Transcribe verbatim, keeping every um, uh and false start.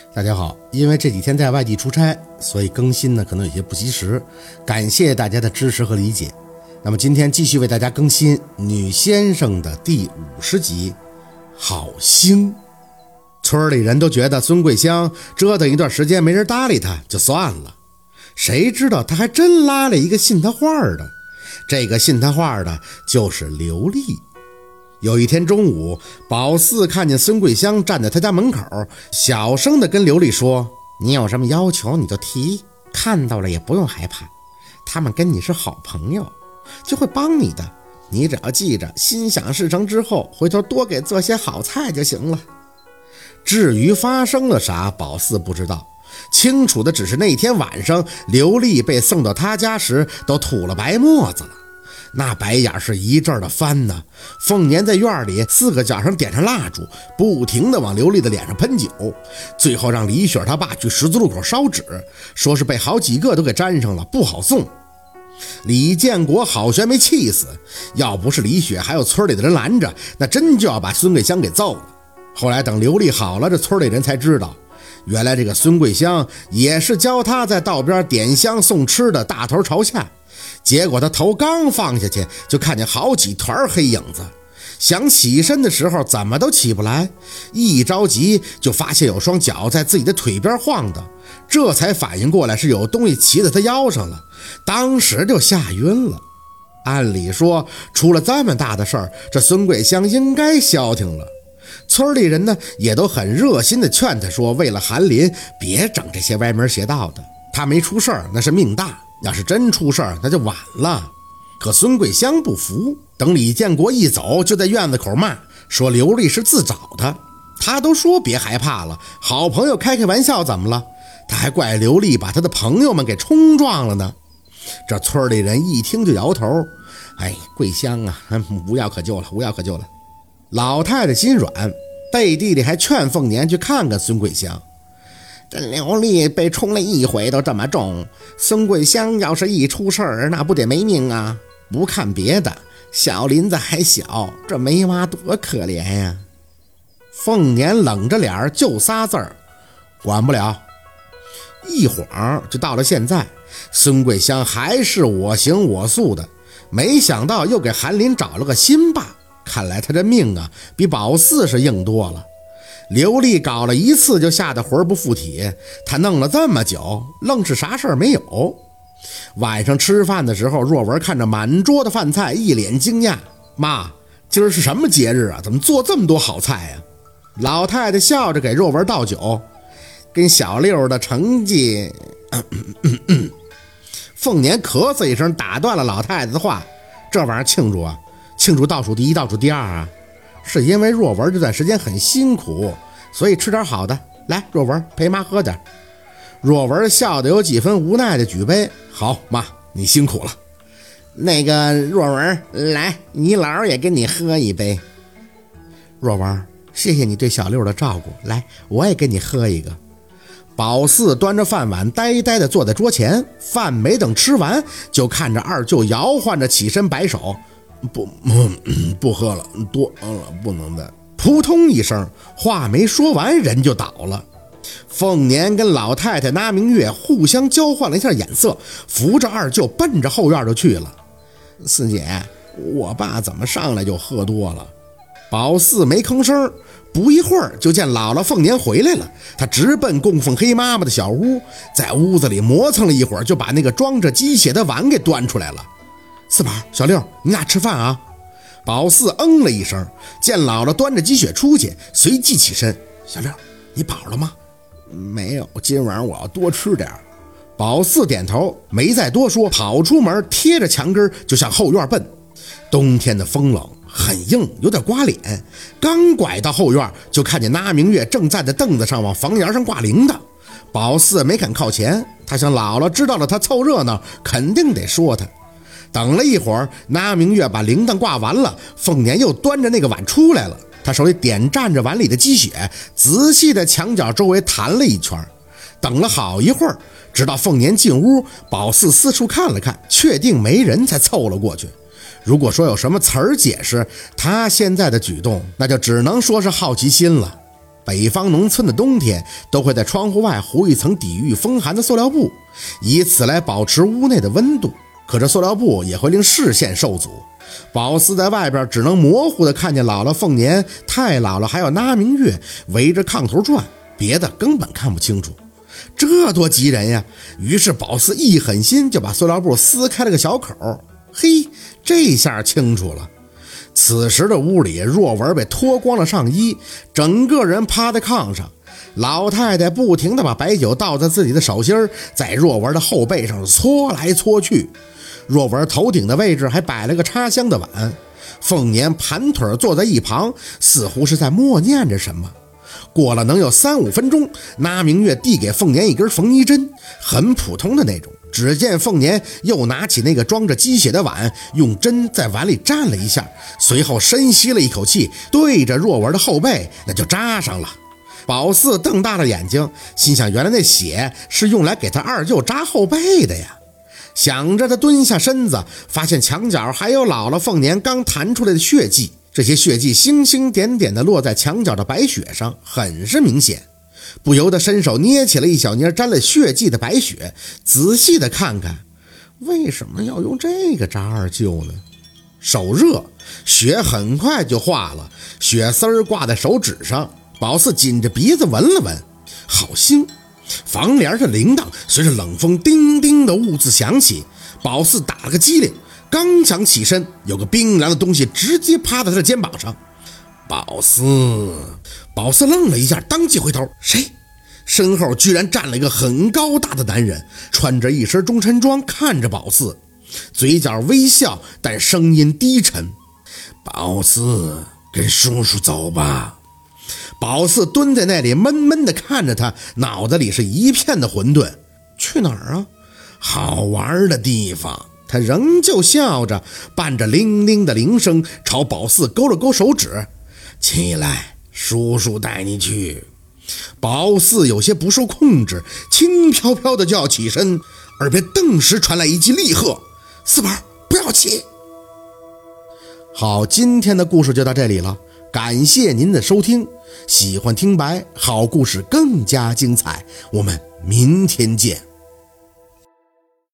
大家好，因为这几天在外地出差，所以更新呢可能有些不及时，感谢大家的支持和理解。那么今天继续为大家更新女先生的第五十集，好星。村里人都觉得孙桂香折腾一段时间没人搭理她就算了，谁知道她还真拉了一个信她话的，这个信她话的就是刘丽。有一天中午，宝四看见孙桂香站在他家门口，小声地跟刘丽说，你有什么要求你就提，看到了也不用害怕，他们跟你是好朋友，就会帮你的，你只要记着心想事成之后回头多给做些好菜就行了。至于发生了啥，宝四不知道，清楚的只是那天晚上刘丽被送到他家时都吐了白沫子了，那白眼是一阵的翻呢。凤年在院里四个角上点上蜡烛，不停地往刘丽的脸上喷酒，最后让李雪他爸去十字路口烧纸，说是被好几个都给沾上了，不好送。李建国好悬没气死，要不是李雪还有村里的人拦着，那真就要把孙桂香给揍了。后来等刘丽好了，这村里人才知道，原来这个孙桂香也是教他在道边点香送吃的大头朝下，结果他头刚放下去，就看见好几团黑影子，想起身的时候怎么都起不来，一着急就发现有双脚在自己的腿边晃的，这才反应过来是有东西骑在他腰上了，当时就吓晕了。按理说出了这么大的事儿，这孙桂香应该消停了，村里人呢也都很热心的劝他说，为了韩林别整这些歪门邪道的，他没出事儿那是命大，要是真出事儿那就晚了。可孙桂香不服，等李建国一走就在院子口骂，说刘丽是自找的，他都说别害怕了，好朋友开开玩笑怎么了，他还怪刘丽把他的朋友们给冲撞了呢。这村里人一听就摇头，哎，桂香啊，无药可救了，无药可救了。老太太心软，背地里还劝凤年去看看孙桂香。这刘丽被冲了一回都这么重，孙桂香要是一出事儿，那不得没命啊！不看别的，小林子还小，这梅娃多可怜呀！凤年冷着脸就仨字儿，管不了。一晃就到了现在，孙桂香还是我行我素的，没想到又给韩林找了个新爸，看来他这命啊比宝四是硬多了。刘丽搞了一次就吓得魂不附体，他弄了这么久愣是啥事儿没有。晚上吃饭的时候，若文看着满桌的饭菜一脸惊讶，妈，今儿是什么节日啊，怎么做这么多好菜啊？老太太笑着给若文倒酒，跟小六的成绩咳咳咳咳凤年咳嗽一声打断了老太太的话，这玩意儿庆祝啊，庆祝倒数第一倒数第二啊，是因为若文这段时间很辛苦，所以吃点好的，来，若文陪妈喝点。若文笑得有几分无奈的举杯，好，妈，你辛苦了。那个若文，来，你姥也跟你喝一杯。若文，谢谢你对小六的照顾，来，我也跟你喝一个。宝四端着饭碗呆呆地坐在桌前，饭没等吃完，就看着二舅摇晃着起身摆手，不不喝了，多了不能的。扑通一声，话没说完，人就倒了。凤年跟老太太那明月互相交换了一下眼色，扶着二舅奔着后院就去了。四姐，我爸怎么上来就喝多了？宝四没吭声，不一会儿就见姥姥凤年回来了，他直奔供奉黑妈妈的小屋，在屋子里磨蹭了一会儿，就把那个装着鸡血的碗给端出来了。四宝，小六，你俩吃饭啊？宝四嗯了一声，见姥姥端着鸡血出去，随即起身。小六，你饱了吗？没有，今晚我要多吃点。宝四点头，没再多说，跑出门，贴着墙根就向后院奔。冬天的风冷，很硬，有点刮脸。刚拐到后院，就看见那明月正站在凳子上往房檐上挂铃铛。宝四没敢靠前，他想姥姥知道了他凑热闹，肯定得说他。等了一会儿，那明月把铃铛挂完了，凤年又端着那个碗出来了，他手里点蘸着碗里的鸡血，仔细的墙角周围弹了一圈。等了好一会儿，直到凤年进屋，宝四四处看了看，确定没人才凑了过去。如果说有什么词儿解释他现在的举动，那就只能说是好奇心了。 北方农村的冬天都会在窗户外糊一层抵御风寒的塑料布，以此来保持屋内的温度。可这塑料布也会令视线受阻，宝四在外边只能模糊地看见姥姥凤年、太姥姥还有那明月围着炕头转，别的根本看不清楚。这多急人呀！于是宝四一狠心就把塑料布撕开了个小口，嘿，这下清楚了。此时的屋里，若文被脱光了上衣，整个人趴在炕上，老太太不停地把白酒倒在自己的手心，在若文的后背上搓来搓去。若文头顶的位置还摆了个插香的碗，凤年盘腿坐在一旁，似乎是在默念着什么。过了能有三五分钟，那明月递给凤年一根缝衣针，很普通的那种。只见凤年又拿起那个装着鸡血的碗，用针在碗里蘸了一下，随后深吸了一口气，对着若文的后背那就扎上了。宝四瞪大了眼睛，心想原来那血是用来给他二舅扎后背的呀。想着他蹲下身子，发现墙角还有姥姥凤年刚弹出来的血迹，这些血迹星星点点地落在墙角的白雪上，很是明显。不由得伸手捏起了一小捏沾了血迹的白雪，仔细地看看，为什么要用这个扎二舅呢？手热，血很快就化了，血丝儿挂在手指上。宝四紧着鼻子闻了闻，好腥。房帘的铃铛随着冷风叮叮的兀自响起，宝四打了个激灵，刚想起身，有个冰凉的东西直接趴在他的肩膀上。宝四，宝四愣了一下，当即回头，谁？身后居然站了一个很高大的男人，穿着一身中山装，看着宝四，嘴角微笑，但声音低沉。宝四，跟叔叔走吧。宝四蹲在那里闷闷地看着他，脑子里是一片的混沌。去哪儿啊？好玩的地方。他仍旧笑着，伴着铃铃的铃声，朝宝四勾了勾手指。起来，叔叔带你去。宝四有些不受控制，轻飘飘的就要起身，耳边顿时传来一记厉喝：四宝，不要起。好，今天的故事就到这里了，感谢您的收听。喜欢听白，好故事更加精彩，我们明天见。